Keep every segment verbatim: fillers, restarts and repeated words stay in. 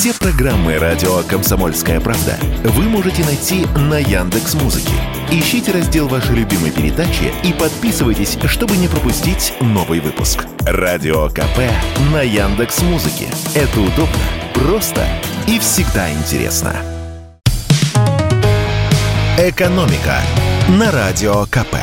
Все программы радио «Комсомольская правда» вы можете найти на Яндекс.Музыке. Ищите раздел вашей любимой передачи и подписывайтесь, чтобы не пропустить новый выпуск. Радио КП на Яндекс.Музыке. Это удобно, просто и всегда интересно. «Экономика» на Радио КП.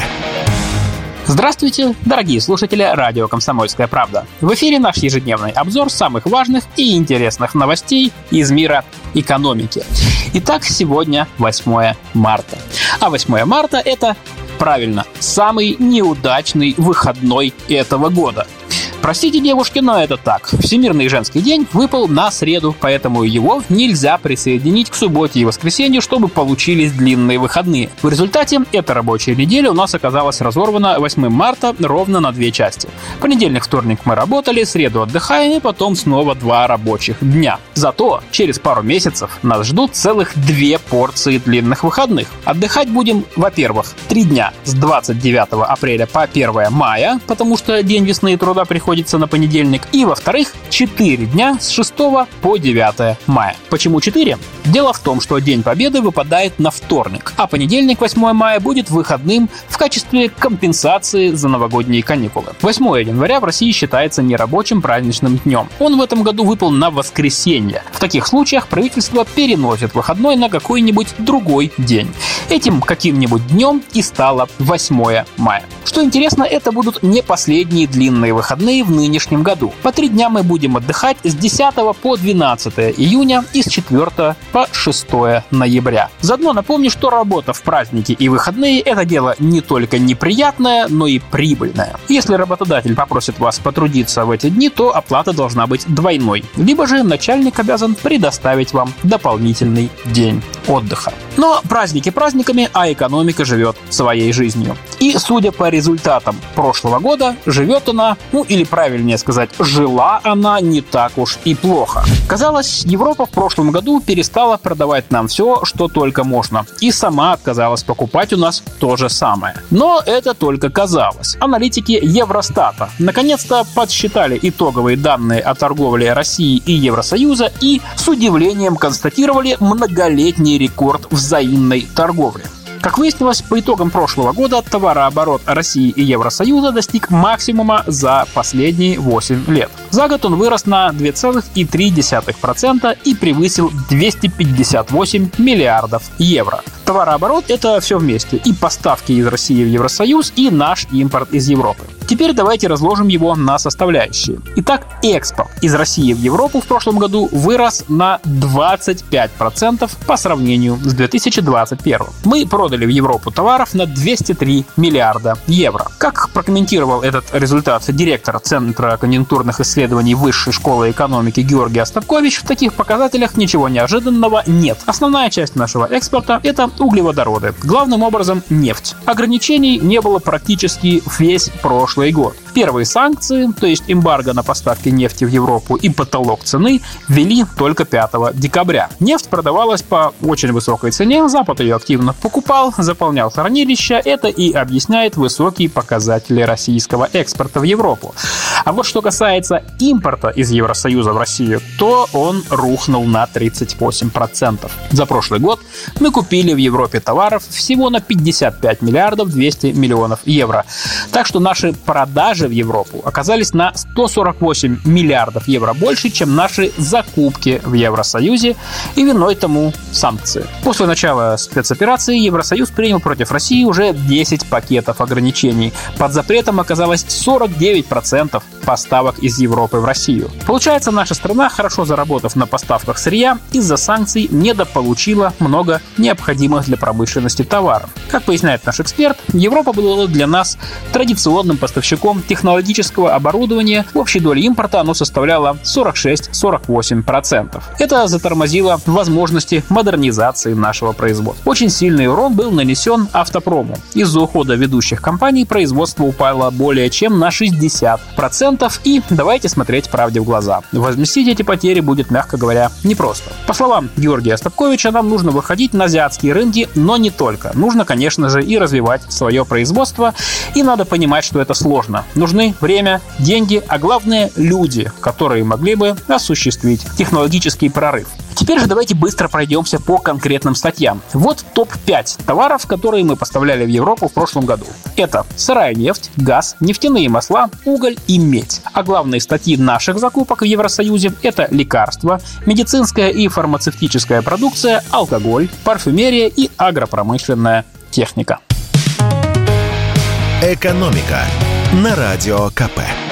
Здравствуйте, дорогие слушатели радио «Комсомольская правда». В эфире наш ежедневный обзор самых важных и интересных новостей из мира экономики. Итак, сегодня восьмое марта. А восьмое марта — это, правильно, самый неудачный выходной этого года. Простите, девушки, но это так. Всемирный женский день выпал на среду, поэтому его нельзя присоединить к субботе и воскресенью, чтобы получились длинные выходные. В результате эта рабочая неделя у нас оказалась разорвана восьмое марта ровно на две части. Понедельник, вторник мы работали, среду отдыхаем, и потом снова два рабочих дня. Зато через пару месяцев нас ждут целых две порции длинных выходных. Отдыхать будем, во-первых, три дня с двадцать девятого апреля по первое мая, потому что День весны и труда приходит на понедельник, и, во-вторых, четыре дня с шестого по девятое мая. Почему четыре? Дело в том, что День Победы выпадает на вторник, а понедельник, восьмое мая, будет выходным в качестве компенсации за новогодние каникулы. восьмое января в России считается нерабочим праздничным днем. Он в этом году выпал на воскресенье. В таких случаях правительство переносит выходной на какой-нибудь другой день. Этим каким-нибудь днем и стало восьмое мая. Что интересно, это будут не последние длинные выходные в нынешнем году. По три дня мы будем отдыхать с десятого по двенадцатое июня и с четвёртого по шестое ноября. Заодно напомню, что работа в праздники и выходные – это дело не только неприятное, но и прибыльное. Если работодатель попросит вас потрудиться в эти дни, то оплата должна быть двойной. Либо же начальник обязан предоставить вам дополнительный день отдыха. Но праздники праздниками, а экономика живет своей жизнью. И, судя по результатам прошлого года, живет она, ну или правильнее сказать, жила она не так уж и плохо. Казалось, Европа в прошлом году перестала продавать нам все, что только можно, и сама отказалась покупать у нас то же самое. Но это только казалось. Аналитики Евростата наконец-то подсчитали итоговые данные о торговле России и Евросоюза и с удивлением констатировали многолетний рекорд взаимной торговли. Как выяснилось, по итогам прошлого года товарооборот России и Евросоюза достиг максимума за последние восемь лет. За год он вырос на два целых три десятых процента и превысил двести пятьдесят восемь миллиардов евро. Товарооборот — это все вместе. И поставки из России в Евросоюз, и наш импорт из Европы. Теперь давайте разложим его на составляющие. Итак, экспорт из России в Европу в прошлом году вырос на двадцать пять процентов по сравнению с две тысячи двадцать первым. Мы продали в Европу товаров на двести три миллиарда евро. Как прокомментировал этот результат директор Центра конъюнктурных исследований Высшей школы экономики Георгий Остапкович, в таких показателях ничего неожиданного нет. Основная часть нашего экспорта — это углеводороды, главным образом нефть. Ограничений не было практически весь прошлый год. Первые санкции, то есть эмбарго на поставки нефти в Европу и потолок цены, ввели только пятого декабря. Нефть продавалась по очень высокой цене, Запад ее активно покупал, заполнял хранилища. Это и объясняет высокие показатели российского экспорта в Европу. А вот что касается импорта из Евросоюза в Россию, то он рухнул на тридцать восемь процентов. За прошлый год мы купили в Европе товаров всего на пятьдесят пять миллиардов двести миллионов евро. Так что наши продажи в Европу оказались на сто сорок восемь миллиардов евро больше, чем наши закупки в Евросоюзе, и виной тому санкции. После начала спецоперации Евросоюз принял против России уже десять пакетов ограничений. Под запретом оказалось сорок девять процентов поставок из Европы в Россию. Получается, наша страна, хорошо заработав на поставках сырья, из-за санкций недополучила много необходимых для промышленности товаров. Как поясняет наш эксперт, Европа была для нас традиционным поставщиком технологического оборудования. В общей доле импорта оно составляло сорок шесть - сорок восемь процентов. Это затормозило возможности модернизации нашего производства. Очень сильный урон был нанесен автопрому. Из-за ухода ведущих компаний производство упало более чем на шестьдесят процентов. И давайте смотреть правде в глаза. Возместить эти потери будет, мягко говоря, непросто. По словам Георгия Остапковича, нам нужно выходить на азиатские рынки, но не только. Нужно, конечно же, и развивать свое производство, и надо понимать, что это сложно. Нужны время, деньги, а главное — люди, которые могли бы осуществить технологический прорыв. Теперь же давайте быстро пройдемся по конкретным статьям. Вот топ пять товаров, которые мы поставляли в Европу в прошлом году. Это сырая нефть, газ, нефтяные масла, уголь и медь. А главные статьи наших закупок в Евросоюзе — это лекарства, медицинская и фармацевтическая продукция, алкоголь, парфюмерия и агропромышленная техника. Экономика на Радио ка пэ.